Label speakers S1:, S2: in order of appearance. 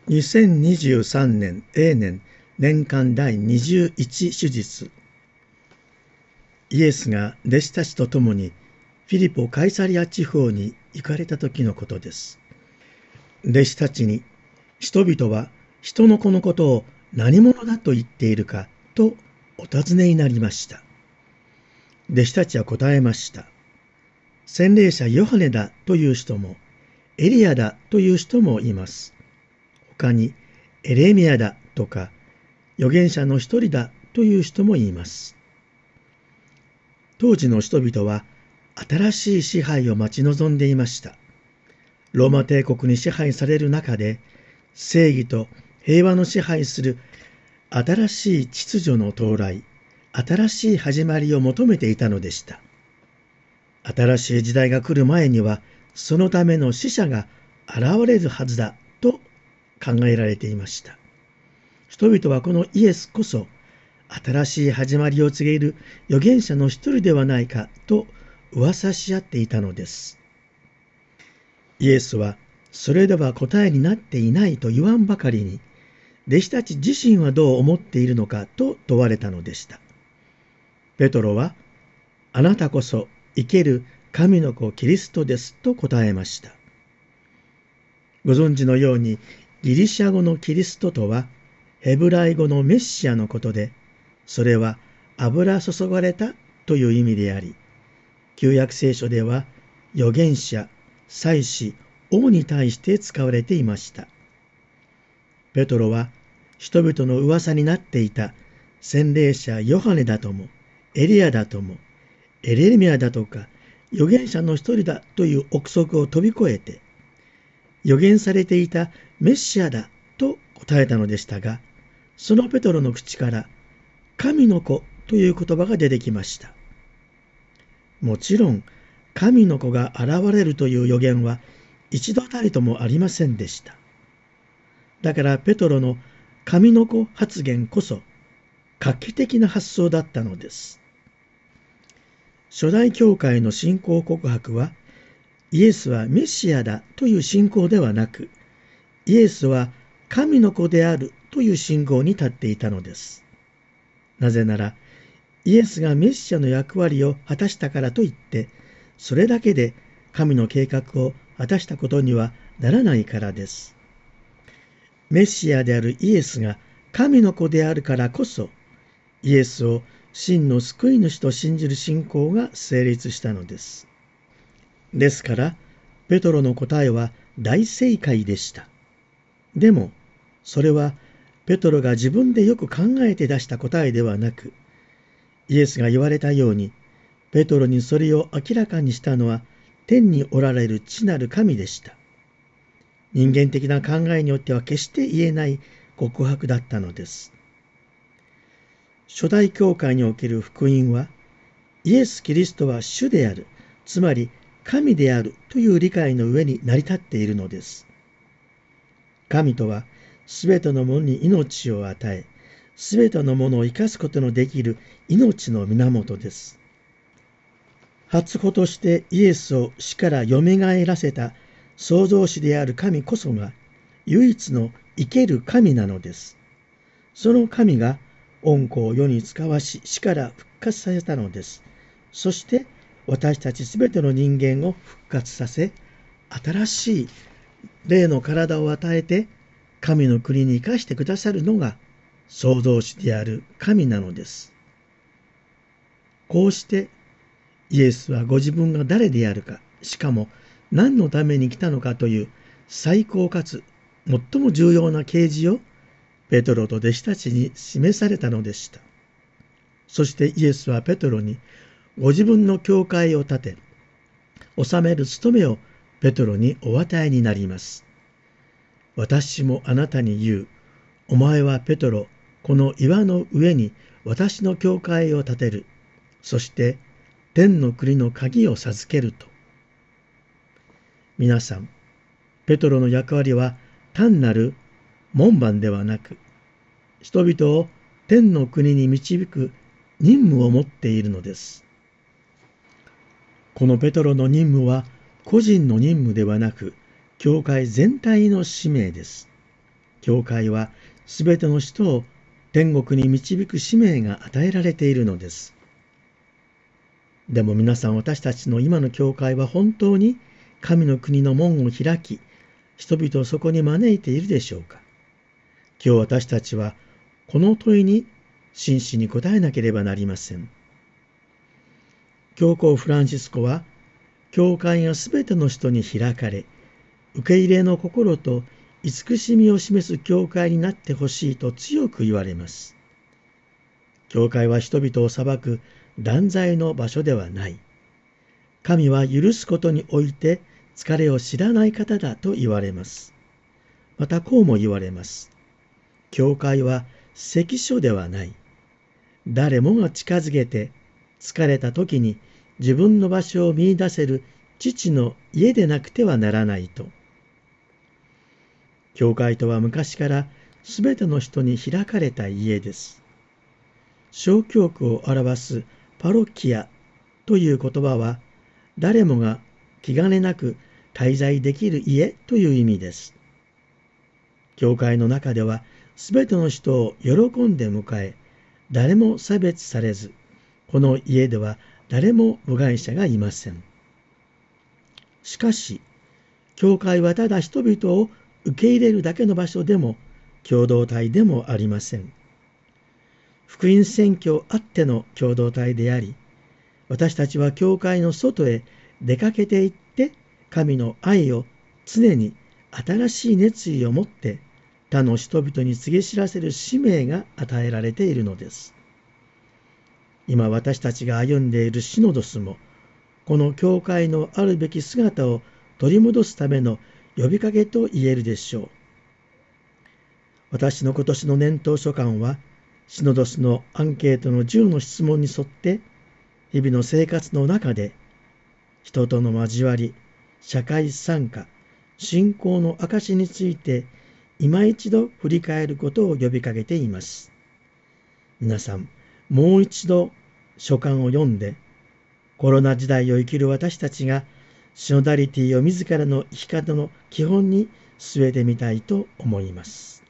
S1: 2023年永年年間第21手術。イエスが弟子たちと共にフィリポ・カイサリア地方に行かれた時のことです。弟子たちに、人々は人の子のことを何者だと言っているかとお尋ねになりました。弟子たちは答えました。洗礼者ヨハネだという人も、エリアだという人もいます。他にエレミアだとか預言者の一人だという人もいます。当時の人々は新しい支配を待ち望んでいました。ローマ帝国に支配される中で、正義と平和の支配する新しい秩序の到来、新しい始まりを求めていたのでした。新しい時代が来る前には、そのための使者が現れるはずだと考えられていました。人々はこのイエスこそ新しい始まりを告げる預言者の一人ではないかと噂し合っていたのです。イエスはそれでは答えになっていないと言わんばかりに、弟子たち自身はどう思っているのかと問われたのでした。ペトロは、あなたこそ生ける神の子キリストですと答えました。ご存知のように、ギリシャ語のキリストとはヘブライ語のメッシアのことで、それは油注がれたという意味であり、旧約聖書では預言者、祭司、王に対して使われていました。ペトロは人々の噂になっていた洗礼者ヨハネだとも、エリアだとも、エレミアだとか預言者の一人だという憶測を飛び越えて、預言されていたメシアだと答えたのでしたが、そのペトロの口から神の子という言葉が出てきました。もちろん神の子が現れるという預言は一度たりともありませんでした。だからペトロの神の子発言こそ画期的な発想だったのです。初代教会の信仰告白は、イエスはメシアだという信仰ではなく、イエスは神の子であるという信仰に立っていたのです。なぜなら、イエスがメシアの役割を果たしたからといって、それだけで神の計画を果たしたことにはならないからです。メシアであるイエスが神の子であるからこそ、イエスを真の救い主と信じる信仰が成立したのです。ですから、ペトロの答えは大正解でした。でも、それはペトロが自分でよく考えて出した答えではなく、イエスが言われたように、ペトロにそれを明らかにしたのは天におられる父なる神でした。人間的な考えによっては決して言えない告白だったのです。初代教会における福音は、イエス・キリストは主である、つまり神であるという理解の上に成り立っているのです。神とは、すべてのものに命を与え、すべてのものを生かすことのできる命の源です。初子としてイエスを死からよみがえらせた創造主である神こそが、唯一の生ける神なのです。その神が御子を世に使わし、死から復活させたのです。そして私たちすべての人間を復活させ、新しい霊の体を与えて、神の国に生かしてくださるのが創造主である神なのです。こうしてイエスはご自分が誰であるか、しかも何のために来たのかという最高かつ最も重要な啓示をペトロと弟子たちに示されたのでした。そしてイエスはペトロにご自分の教会を建て、治める務めをペトロにお与えになります。私もあなたに言う。お前はペトロ、この岩の上に私の教会を建てる。そして天の国の鍵を授けると。皆さん、ペトロの役割は単なる門番ではなく、人々を天の国に導く任務を持っているのです。このペトロの任務は個人の任務ではなく、教会全体の使命です。 教会はすべての人を天国に導く使命が与えられているのです。でも皆さん、私たちの今の教会は本当に神の国の門を開き、人々をそこに招いているでしょうか。今日私たちはこの問いに真摯に答えなければなりません。教皇フランシスコは、教会がすべての人に開かれ、受け入れの心と慈しみを示す教会になってほしいと強く言われます。教会は人々を裁く断罪の場所ではない。神は許すことにおいて疲れを知らない方だと言われます。またこうも言われます。教会は関所ではない。誰もが近づけて疲れた時に自分の場所を見出せる父の家でなくてはならないと。教会とは昔からすべての人に開かれた家です。小教区を表すパロキアという言葉は、誰もが気兼ねなく滞在できる家という意味です。教会の中ではすべての人を喜んで迎え、誰も差別されず、この家では誰も部外者がいません。しかし、教会はただ人々を受け入れるだけの場所でも共同体でもありません。福音宣教あっての共同体であり、私たちは教会の外へ出かけていって神の愛を常に新しい熱意を持って他の人々に告げ知らせる使命が与えられているのです。今私たちが歩んでいるシノドスも、この教会のあるべき姿を取り戻すための呼びかけと言えるでしょう。私の今年の年頭書簡は、シノドスのアンケートの10の質問に沿って、日々の生活の中で、人との交わり、社会参加、信仰の証について、今一度振り返ることを呼びかけています。皆さん、もう一度書簡を読んで、コロナ時代を生きる私たちが、シノダリティを自らの生き方の基本に据えてみたいと思います。